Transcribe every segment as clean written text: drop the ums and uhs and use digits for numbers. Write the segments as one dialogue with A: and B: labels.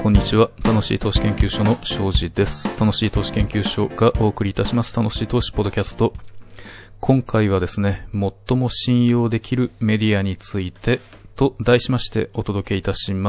A: こんにちは。楽しい投資研究所の庄司です。楽しい投資研究所がお送りいたします楽しい投資ポッドキャスト。今回はですね、最も信用できるメディアについてと題しましてお届けいたします。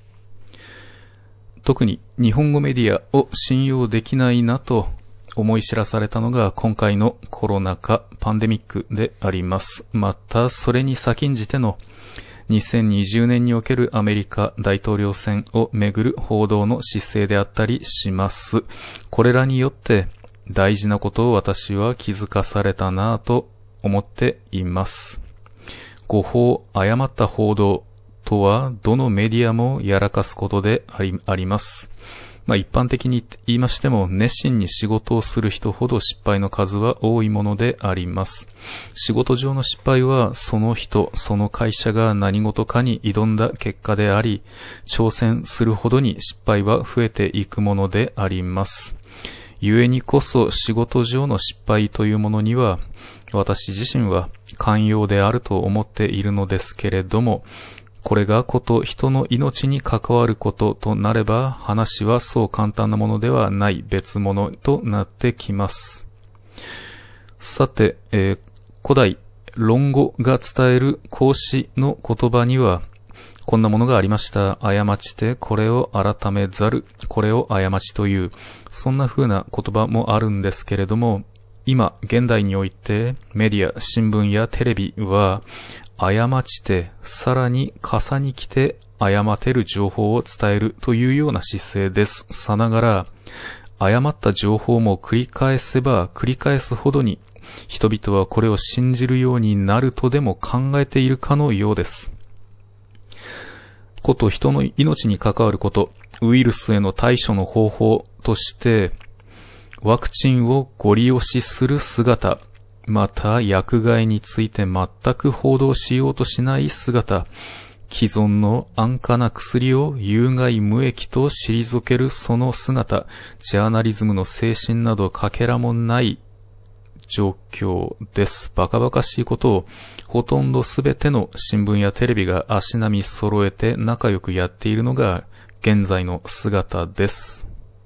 A: 特に日本語メディアを信用できないなと思い知らされたのが今回のコロナ禍パンデミックであります。またそれに先んじての2020年におけるアメリカ大統領選をめぐる報道の姿勢であったりします。これらによって大事なことを私は気づかされたなぁと思っています。誤報、誤った報道とはどのメディアもやらかすことであります。一般的に言いましても熱心に仕事をする人ほど失敗の数は多いものであります。仕事上の失敗はその人、その会社が何事かに挑んだ結果であり、挑戦するほどに失敗は増えていくものであります。故にこそ仕事上の失敗というものには私自身は寛容であると思っているのですけれども、これがこと人の命に関わることとなれば話はそう簡単なものではない別物となってきます。さて、古代論語が伝える孔子の言葉にはこんなものがありました。過ちてこれを改めざる、これを過ちという、そんな風な言葉もあるんですけれども、今現代においてメディア、新聞やテレビは過ちてさらに重に来て誤ってる情報を伝えるというような姿勢です。さながら誤った情報も繰り返せば繰り返すほどに人々はこれを信じるようになるとでも考えているかのようです。こと人の命に関わること、ウイルスへの対処の方法としてワクチンをご利用しする姿、また薬害について全く報道しようとしない姿、既存の安価な薬を有害無益と退けるその姿、ジャーナリズムの精神などかけらもない状況です。バカバカしいことをほとんどすべての新聞やテレビが足並み揃えて仲良くやっているのが現在の姿です。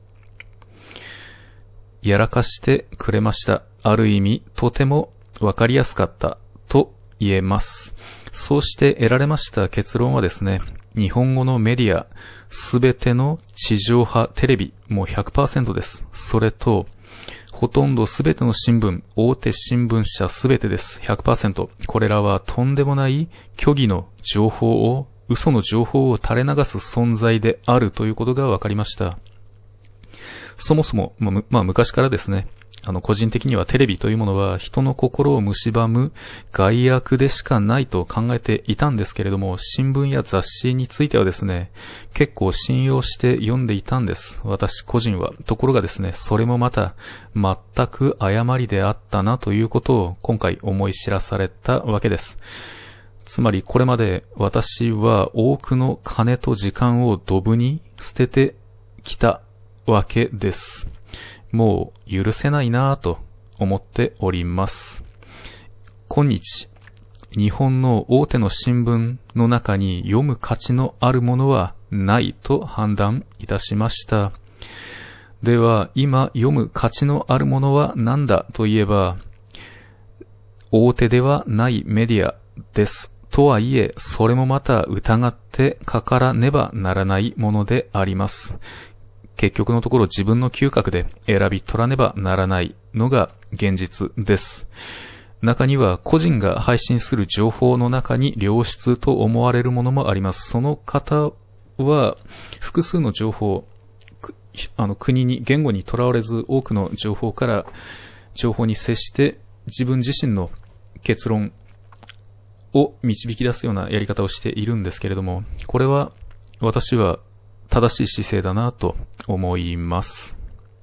A: やらかしてくれました。ある意味とてもわかりやすかったと言えます。そうして得られました結論はですね、日本語のメディアすべての地上波テレビもう 100% です。それとほとんどすべての新聞、大手新聞社すべてです。 100%。 これらはとんでもない虚偽の情報を、嘘の情報を垂れ流す存在であるということが分かりました。そもそも、昔からですね、個人的にはテレビというものは人の心を蝕む害悪でしかないと考えていたんですけれども、新聞や雑誌についてはですね、結構信用して読んでいたんです。私個人は。ところがですね、それもまた全く誤りであったなということを今回思い知らされたわけです。つまりこれまで私は多くの金と時間をドブに捨ててきたわけです。もう許せないなぁと思っております。今日、日本の大手の新聞の中に読む価値のあるものはないと判断いたしました。では、今読む価値のあるものは何だといえば、大手ではないメディアです。とはいえ、それもまた疑ってかからねばならないものであります。結局のところ自分の嗅覚で選び取らねばならないのが現実です。中には個人が配信する情報の中に良質と思われるものもあります。その方は複数の情報、国に言語にとらわれず多くの情報に接して自分自身の結論を導き出すようなやり方をしているんですけれども、これは私は正しい姿勢だなと思います。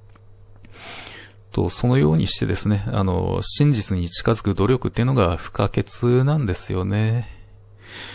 A: そのようにしてですね、真実に近づく努力っていうのが不可欠なんですよね。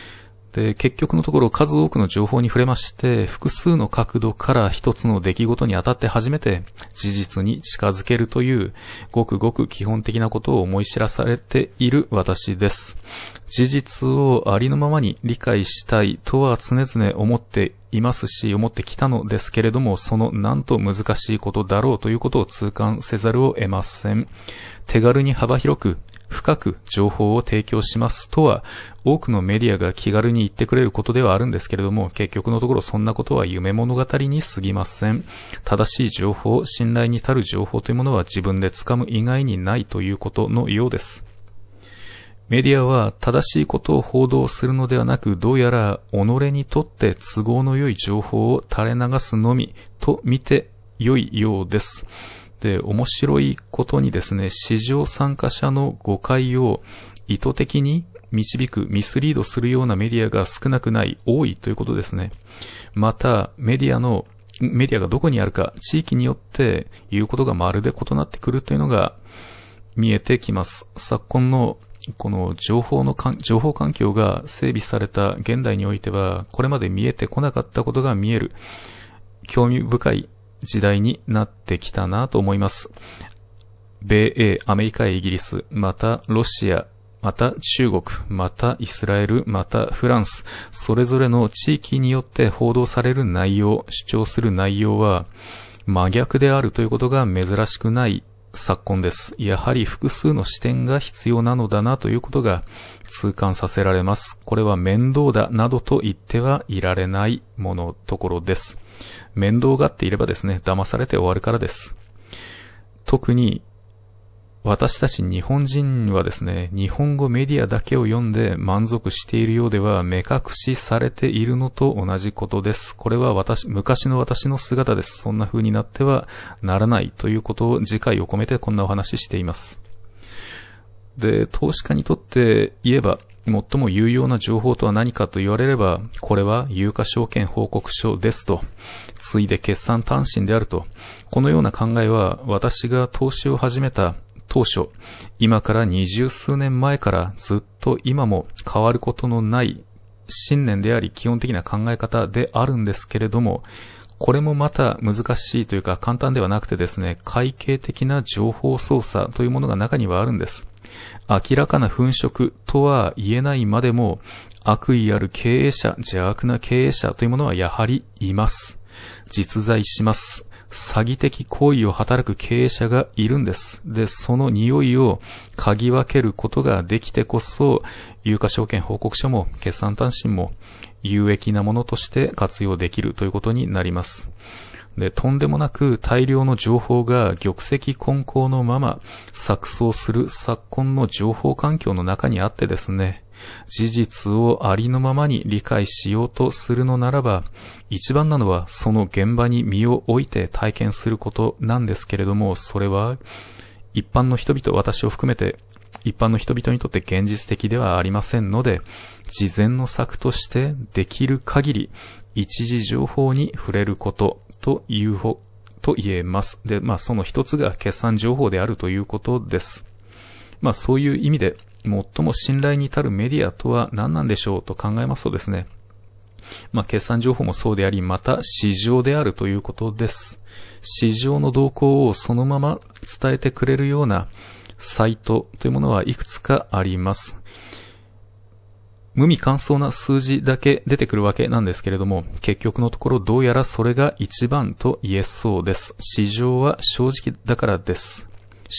A: で、結局のところ数多くの情報に触れまして、複数の角度から一つの出来事にあたって初めて事実に近づけるという、ごくごく基本的なことを思い知らされている私です。事実をありのままに理解したいとは常々思っていますし、思ってきたのですけれども、そのなんと難しいことだろうということを痛感せざるを得ません。手軽に幅広く、深く情報を提供しますとは、多くのメディアが気軽に言ってくれることではあるんですけれども、結局のところそんなことは夢物語に過ぎません。正しい情報、信頼に足る情報というものは自分で掴む以外にないということのようです。メディアは正しいことを報道するのではなく、どうやら己にとって都合の良い情報を垂れ流すのみと見て良いようです。で、面白いことにですね、市場参加者の誤解を意図的に導く、ミスリードするようなメディアが少なくない、多いということですね。また、メディアがどこにあるか、地域によって言うことがまるで異なってくるというのが見えてきます。昨今のこの情報環境が整備された現代においては、これまで見えてこなかったことが見える、興味深い時代になってきたなと思います。米英、アメリカやイギリス、またロシア、また中国、またイスラエル、またフランス、それぞれの地域によって報道される内容、主張する内容は真逆であるということが珍しくない昨今です。やはり複数の視点が必要なのだなということが痛感させられます。これは面倒だなどと言ってはいられないところです。面倒がっていればですね、騙されて終わるからです。特に私たち日本人はですね、日本語メディアだけを読んで満足しているようでは目隠しされているのと同じことです。これは昔の私の姿です。そんな風になってはならないということを自戒を込めてこんなお話ししています。で、投資家にとって言えば、最も有用な情報とは何かと言われれば、これは有価証券報告書ですと、ついで決算短信であると、このような考えは私が投資を始めた当初、今から20数年前からずっと今も変わることのない信念であり基本的な考え方であるんですけれども、これもまた難しいというか簡単ではなくてですね、会計的な情報操作というものが中にはあるんです。明らかな粉飾とは言えないまでも、悪意ある経営者、邪悪な経営者というものはやはりいます。実在します。詐欺的行為を働く経営者がいるんです。で、その匂いを嗅ぎ分けることができてこそ、有価証券報告書も決算短信も有益なものとして活用できるということになります。で、とんでもなく大量の情報が玉石混交のまま錯綜する昨今の情報環境の中にあってですね、事実をありのままに理解しようとするのならば、一番なのはその現場に身を置いて体験することなんですけれども、それは一般の人々、私を含めて一般の人々にとって現実的ではありませんので、事前の策としてできる限り一時情報に触れることと言えます。で、その一つが決算情報であるということです。そういう意味で最も信頼に至るメディアとは何なんでしょうと考えますとですね、決算情報もそうであり、また市場であるということです。市場の動向をそのまま伝えてくれるようなサイトというものはいくつかあります。無味乾燥な数字だけ出てくるわけなんですけれども、結局のところどうやらそれが一番と言えそうです。市場は正直だからです。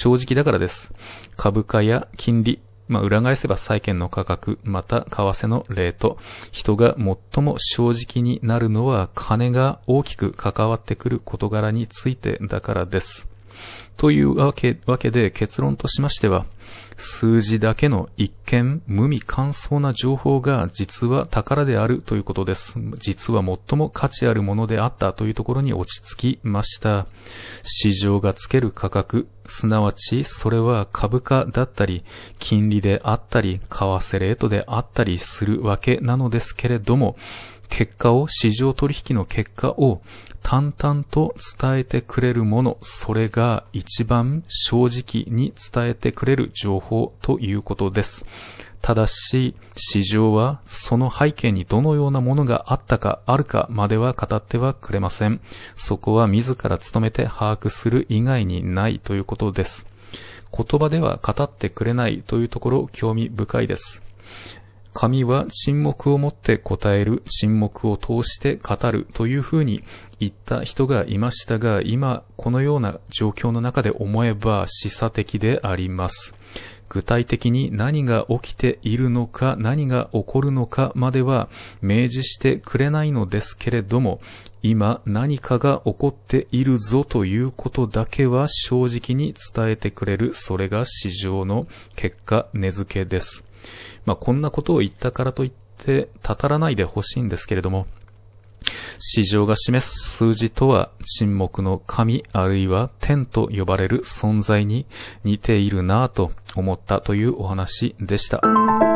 A: 株価や金利、裏返せば債券の価格、また為替のレート、人が最も正直になるのは金が大きく関わってくる事柄についてだからです。というわけで結論としましては、数字だけの一見無味乾燥な情報が実は宝であるということです。実は最も価値あるものであったというところに落ち着きました。市場がつける価格、すなわちそれは株価だったり、金利であったり、為替レートであったりするわけなのですけれども、 市場取引の結果を淡々と伝えてくれるもの、それが一番正直に伝えてくれる情報ということです。ただし、市場はその背景にどのようなものがあったかあるかまでは語ってはくれません。そこは自ら努めて把握する以外にないということです。言葉では語ってくれないというところ興味深いです。神は沈黙をもって答える、沈黙を通して語るというふうに言った人がいましたが、今このような状況の中で思えば示唆的であります。具体的に何が起きているのか、何が起こるのかまでは明示してくれないのですけれども、今何かが起こっているぞということだけは正直に伝えてくれる、それが市場の結果、根付けです。こんなことを言ったからといってたたらないでほしいんですけれども、市場が示す数字とは沈黙の神あるいは天と呼ばれる存在に似ているなぁと思ったというお話でした。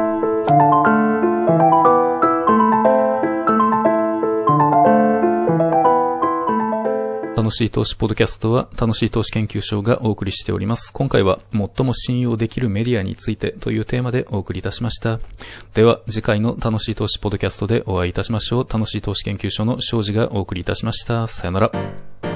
A: 楽しい投資ポッドキャストは楽しい投資研究所がお送りしております。今回は最も信用できるメディアについてというテーマでお送りいたしました。では次回の楽しい投資ポッドキャストでお会いいたしましょう。楽しい投資研究所の庄司がお送りいたしました。さよなら。